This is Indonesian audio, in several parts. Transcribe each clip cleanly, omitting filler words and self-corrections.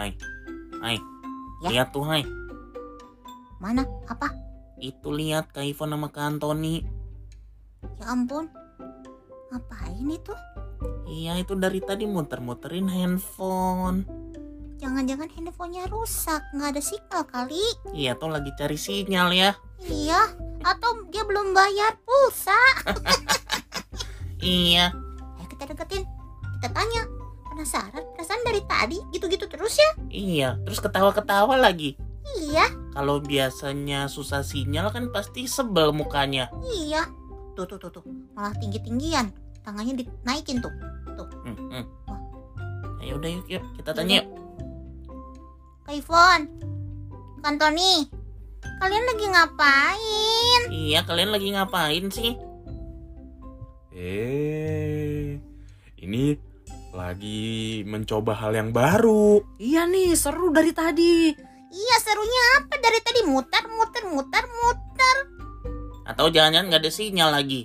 Hai, hai, Ya. lihat tuh hai. Mana? Apa? Itu lihat Kak Ivon sama Kak Antoni. Ya ampun. Ngapain itu? Iya, itu dari tadi muter-muterin handphone. Jangan-jangan handphonenya rusak, nggak ada sinyal kali. Iya tuh lagi cari sinyal ya. Iya, atau dia belum bayar pulsa. Iya. Ayo kita deketin, kita tanya. Penasaran, perasaan dari tadi gitu-gitu terus ya? Iya, terus ketawa-ketawa lagi. Iya, Kalau biasanya susah sinyal kan pasti sebel mukanya. iya. Tuh, malah tinggi-tinggian. Tangannya dinaikin tuh. Wah. Ayo udah yuk kita tanya yuk. Kak Ivon, Kak Antoni, kalian lagi ngapain? Iya, kalian lagi ngapain sih? Ini lagi mencoba hal yang baru. Iya nih, seru dari tadi. Iya, serunya apa dari tadi? Muter. Atau jangan-jangan nggak ada sinyal lagi?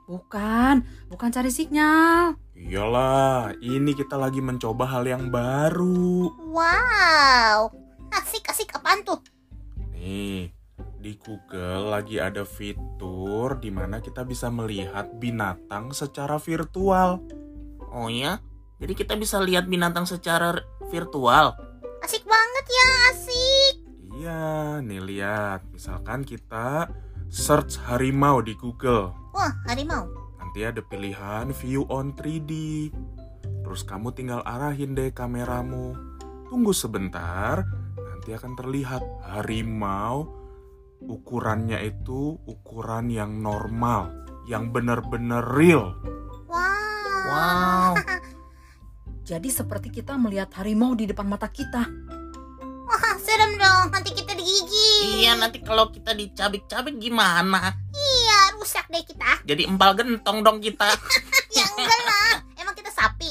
Bukan cari sinyal. Iyalah, ini kita lagi mencoba hal yang baru. Wow, asik apaan tuh? Nih, di Google lagi ada fitur di mana kita bisa melihat binatang secara virtual. Oh ya? Jadi kita bisa lihat binatang secara virtual. Asik banget ya, asik. Iya, nih lihat. Misalkan kita search harimau di Google. Wah, harimau. Nanti ada pilihan view on 3D. Terus kamu tinggal arahin deh kameramu. Tunggu sebentar, nanti akan terlihat harimau. Ukurannya itu ukuran yang normal, yang benar-benar real. Wow. Jadi seperti kita melihat harimau di depan mata kita. Wah, serem dong, nanti kita digigit. Iya, nanti kalau kita dicabik-cabik gimana? Iya, rusak deh kita. Jadi empal gentong dong kita. Ya enggak lah, emang kita sapi.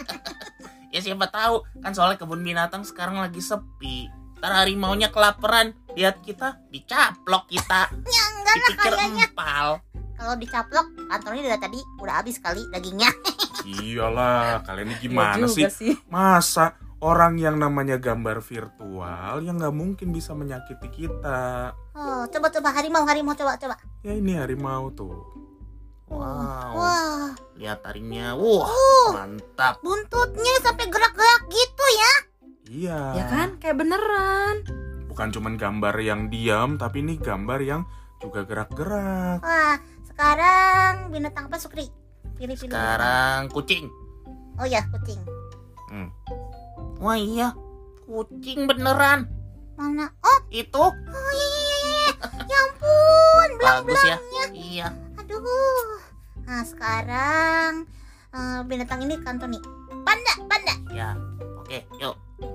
Ya siapa tahu, kan soalnya kebun binatang sekarang lagi sepi. Ntar harimaunya kelaparan, lihat kita dicaplok kita. Ya enggak lah Dipikir kayaknya. empal. Kalau dicaplok, kantornya dari tadi udah habis kali dagingnya. Iyalah, kalian ini Iya gimana juga sih? Masa orang yang namanya gambar virtual yang nggak mungkin bisa menyakiti kita? Oh, coba harimau coba. Ya ini harimau tuh. Wow. Wah, Lihat taringnya. Wah, mantap. buntutnya sampai gerak-gerak gitu ya. Iya. Ya kan, kayak beneran. Bukan cuman gambar yang diam, tapi ini gambar yang juga gerak-gerak. Wah, sekarang binatang apa, Sukri? Pilih. Sekarang kucing. Oh ya, kucing. Wah iya, kucing beneran. Mana? Oh, Itu iya. Ya ampun, bagus ya. belang-belangnya. Iya. Aduh. Nah, sekarang binatang ini Kantoni. Panda. Ya, oke, yuk.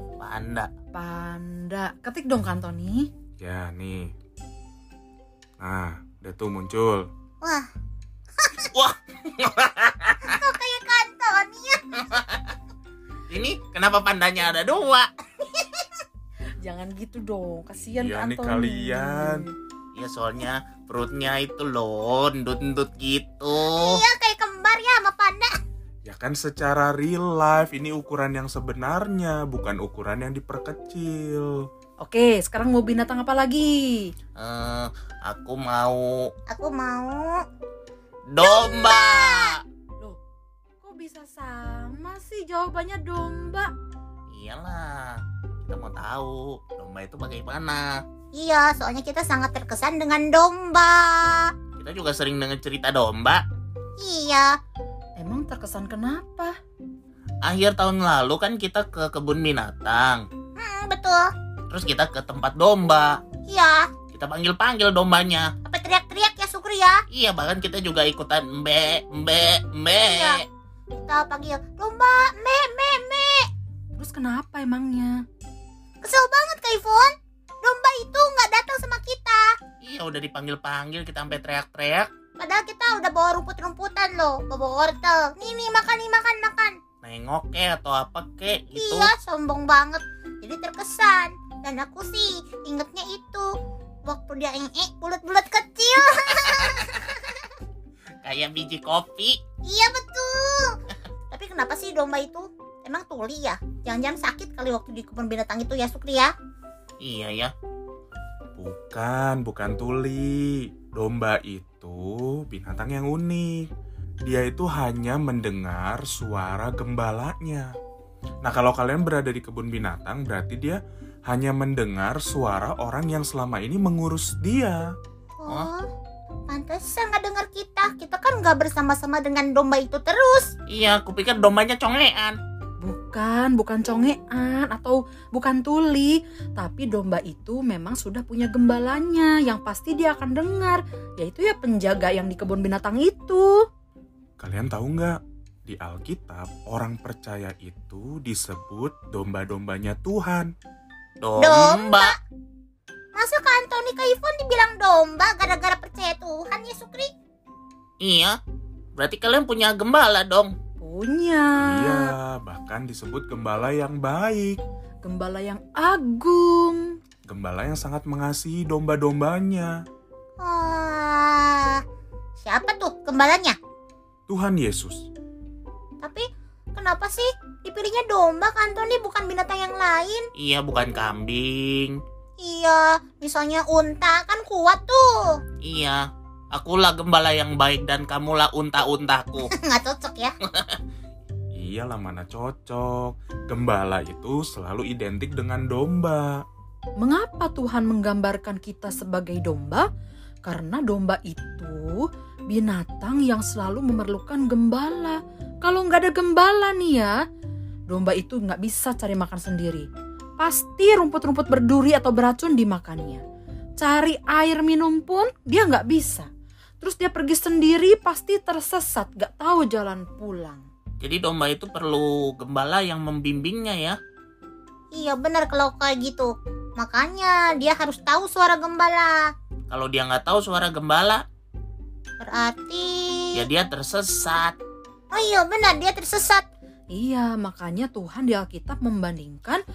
Panda. Ketik dong Kantoni. Ya nih. Nah, udah tuh muncul. Wah, Wah, kok kayak Kantoni ya? ini kenapa pandanya ada dua? Jangan gitu dong, kasihan Iya nih Kantoni. kalian. Ya soalnya perutnya itu loh, endut-endut gitu. Iya, kayak kembar ya sama panda. Ya kan secara real life ini ukuran yang sebenarnya, bukan ukuran yang diperkecil. Oke, sekarang mau binatang apa lagi? Aku mau Aku mau domba. Loh, kok bisa sama sih jawabannya domba? Iyalah, kita mau tahu domba itu bagaimana. Iya, soalnya kita sangat terkesan dengan domba. Kita juga sering dengar cerita domba. Iya. Emang terkesan kenapa? Akhir tahun lalu kan kita ke kebun binatang. Betul. Terus kita ke tempat domba. Iya. Kita panggil-panggil dombanya. Apa teriak-teriak ya, Sukri ya? Iya, bahkan kita juga ikutan mbe. Iya. Kita panggil domba, me. Terus kenapa emangnya? Kesel banget Kak Ivon. Domba itu nggak datang sama kita. Iya, udah dipanggil-panggil kita sampai teriak-teriak. Padahal kita udah bawa rumput-rumputan loh, bawa wortel. Nih, makan. Nengok atau apa kek gitu. Iya, sombong banget. Jadi terkesan. Dan aku sih ingetnya itu waktu dia bulat-bulat kecil. Kayak biji kopi. Iya betul. Tapi kenapa sih domba itu Emang tuli ya? Jangan-jangan sakit kali waktu di kebun binatang itu ya, Sukri ya? Iya ya. Bukan tuli. Domba itu binatang yang unik. Dia itu hanya mendengar suara gembalanya. Nah, kalau kalian berada di kebun binatang, berarti dia hanya mendengar suara orang yang selama ini mengurus dia. Oh, pantesan nggak dengar kita. Kita kan nggak bersama-sama dengan domba itu terus. Iya, aku pikir dombanya congean. Bukan congean atau bukan tuli, tapi domba itu memang sudah punya gembalanya yang pasti dia akan dengar, yaitu ya penjaga yang di kebun binatang itu. Kalian tahu nggak? Di Alkitab, orang percaya itu disebut domba-dombanya Tuhan. Domba. Masa Kak Antoni Kak Ivon dibilang domba gara-gara percaya Tuhan ya, Sukri? Iya. Berarti kalian punya gembala dong. Punya. Iya, bahkan disebut gembala yang baik. Gembala yang agung. Gembala yang sangat mengasihi domba-dombanya. Wah, siapa tuh gembalanya? Tuhan Yesus. Tapi kenapa sih dipilihnya domba, Kak Antoni, bukan binatang yang lain? Iya, bukan kambing. Iya, misalnya unta kan kuat tuh. Iya. Akulah gembala yang baik dan kamulah unta-untaku. Nggak cocok ya? Iyalah, mana cocok. Gembala itu selalu identik dengan domba. Mengapa Tuhan menggambarkan kita sebagai domba? Karena domba itu binatang yang selalu memerlukan gembala. Kalau nggak ada gembala nih ya, domba itu nggak bisa cari makan sendiri. Pasti rumput-rumput berduri atau beracun dimakannya. Cari air minum pun dia nggak bisa. Terus dia pergi sendiri pasti tersesat, gak tahu jalan pulang. Jadi domba itu perlu gembala yang membimbingnya ya. Iya benar kalau kayak gitu. Makanya dia harus tahu suara gembala. Kalau dia nggak tahu suara gembala, Berarti... ya dia tersesat. Oh iya benar, dia tersesat. Iya, makanya Tuhan di Alkitab membandingkan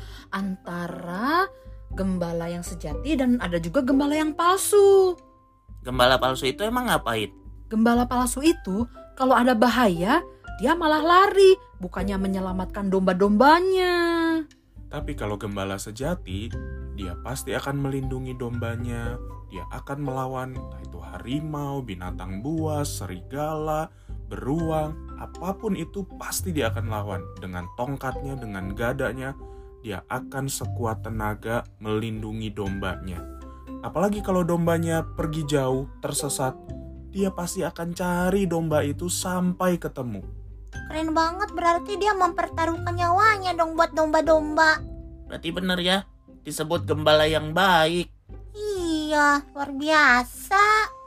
antara gembala yang sejati dan ada juga gembala yang palsu. Gembala palsu itu emang ngapain? Gembala palsu itu kalau ada bahaya, dia malah lari, bukannya menyelamatkan domba-dombanya. Tapi kalau gembala sejati, dia pasti akan melindungi dombanya. Dia akan melawan entah itu harimau, binatang buas, serigala, beruang, apapun itu pasti dia akan lawan. Dengan tongkatnya, dengan gadanya, dia akan sekuat tenaga melindungi dombanya. Apalagi kalau dombanya pergi jauh, tersesat, dia pasti akan cari domba itu sampai ketemu. Keren banget, berarti dia mempertaruhkan nyawanya dong buat domba-domba. Berarti bener ya, disebut gembala yang baik. Iya, luar biasa.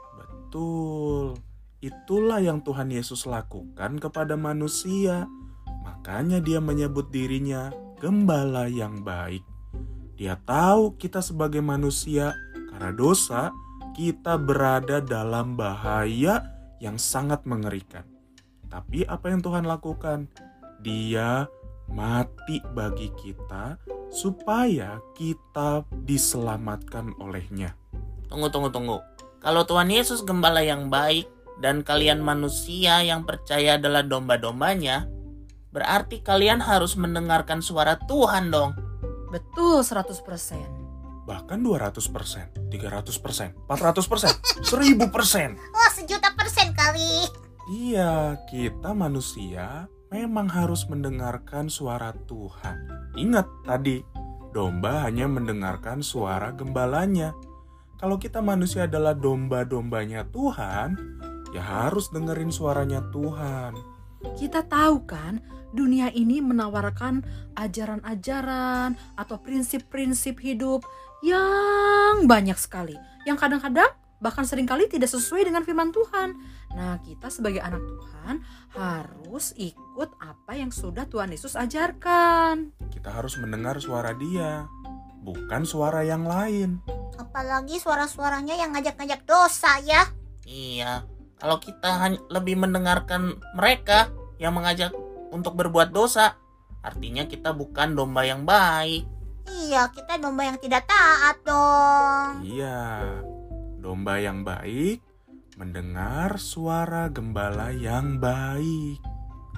Betul, itulah yang Tuhan Yesus lakukan kepada manusia. Makanya dia menyebut dirinya gembala yang baik. Dia tahu kita sebagai manusia, karena dosa, kita berada dalam bahaya yang sangat mengerikan. Tapi apa yang Tuhan lakukan? Dia mati bagi kita supaya kita diselamatkan olehnya. Tunggu. Kalau Tuhan Yesus gembala yang baik dan kalian manusia yang percaya adalah domba-dombanya, berarti kalian harus mendengarkan suara Tuhan dong. Betul 100%. Bahkan 200%, 300%, 400%, 1000%. Wah, 1.000.000% kali. Iya, kita manusia memang harus mendengarkan suara Tuhan. Ingat tadi, domba hanya mendengarkan suara gembalanya. Kalau kita manusia adalah domba-dombanya Tuhan, ya harus dengerin suaranya Tuhan. Kita tahu kan, dunia ini menawarkan ajaran-ajaran atau prinsip-prinsip hidup yang banyak sekali. Yang kadang-kadang bahkan seringkali tidak sesuai dengan firman Tuhan. Nah, kita sebagai anak Tuhan harus ikut apa yang sudah Tuhan Yesus ajarkan. Kita harus mendengar suara Dia, bukan suara yang lain. Apalagi suara-suaranya yang ngajak-ngajak dosa ya. Iya, kalau kita lebih mendengarkan mereka yang mengajak untuk berbuat dosa, artinya kita bukan domba yang baik. Iya, kita domba yang tidak taat dong. Iya, domba yang baik mendengar suara gembala yang baik.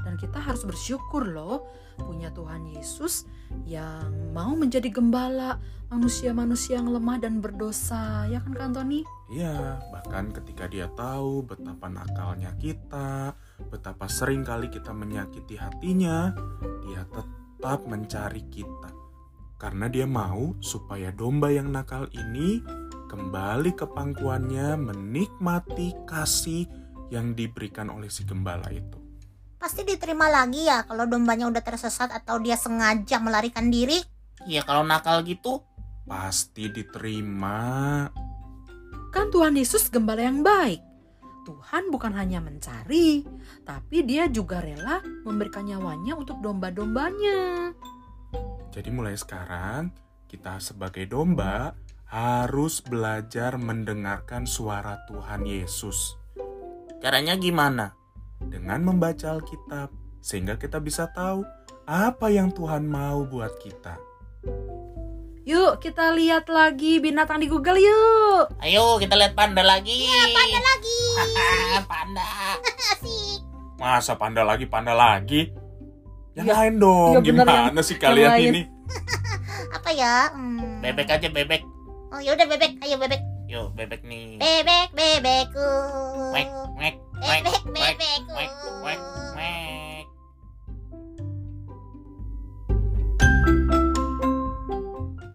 Dan kita harus bersyukur loh punya Tuhan Yesus yang mau menjadi gembala manusia-manusia yang lemah dan berdosa. Ya kan Kak Antoni? Iya, bahkan ketika dia tahu betapa nakalnya kita, betapa sering kali kita menyakiti hatinya, dia tetap mencari kita. Karena dia mau supaya domba yang nakal ini kembali ke pangkuannya menikmati kasih yang diberikan oleh si gembala itu. Pasti diterima lagi ya kalau dombanya udah tersesat atau dia sengaja melarikan diri. Iya, kalau nakal gitu. Pasti diterima. Kan Tuhan Yesus gembala yang baik. Tuhan bukan hanya mencari, tapi dia juga rela memberikan nyawanya untuk domba-dombanya. Jadi mulai sekarang, kita sebagai domba harus belajar mendengarkan suara Tuhan Yesus. Caranya gimana? Dengan membaca Alkitab, sehingga kita bisa tahu apa yang Tuhan mau buat kita. Yuk kita lihat lagi binatang di Google yuk. Ayo kita lihat panda lagi. Iya, panda lagi. Panda. Asik. Masa panda lagi? Yang Ya, lain dong, ya bener, gimana sih kalian lain. ini? Apa ya? Bebek aja, bebek. Oh, yaudah bebek. Ayo bebek. Yuk, bebek nih. Bebek, bebekku.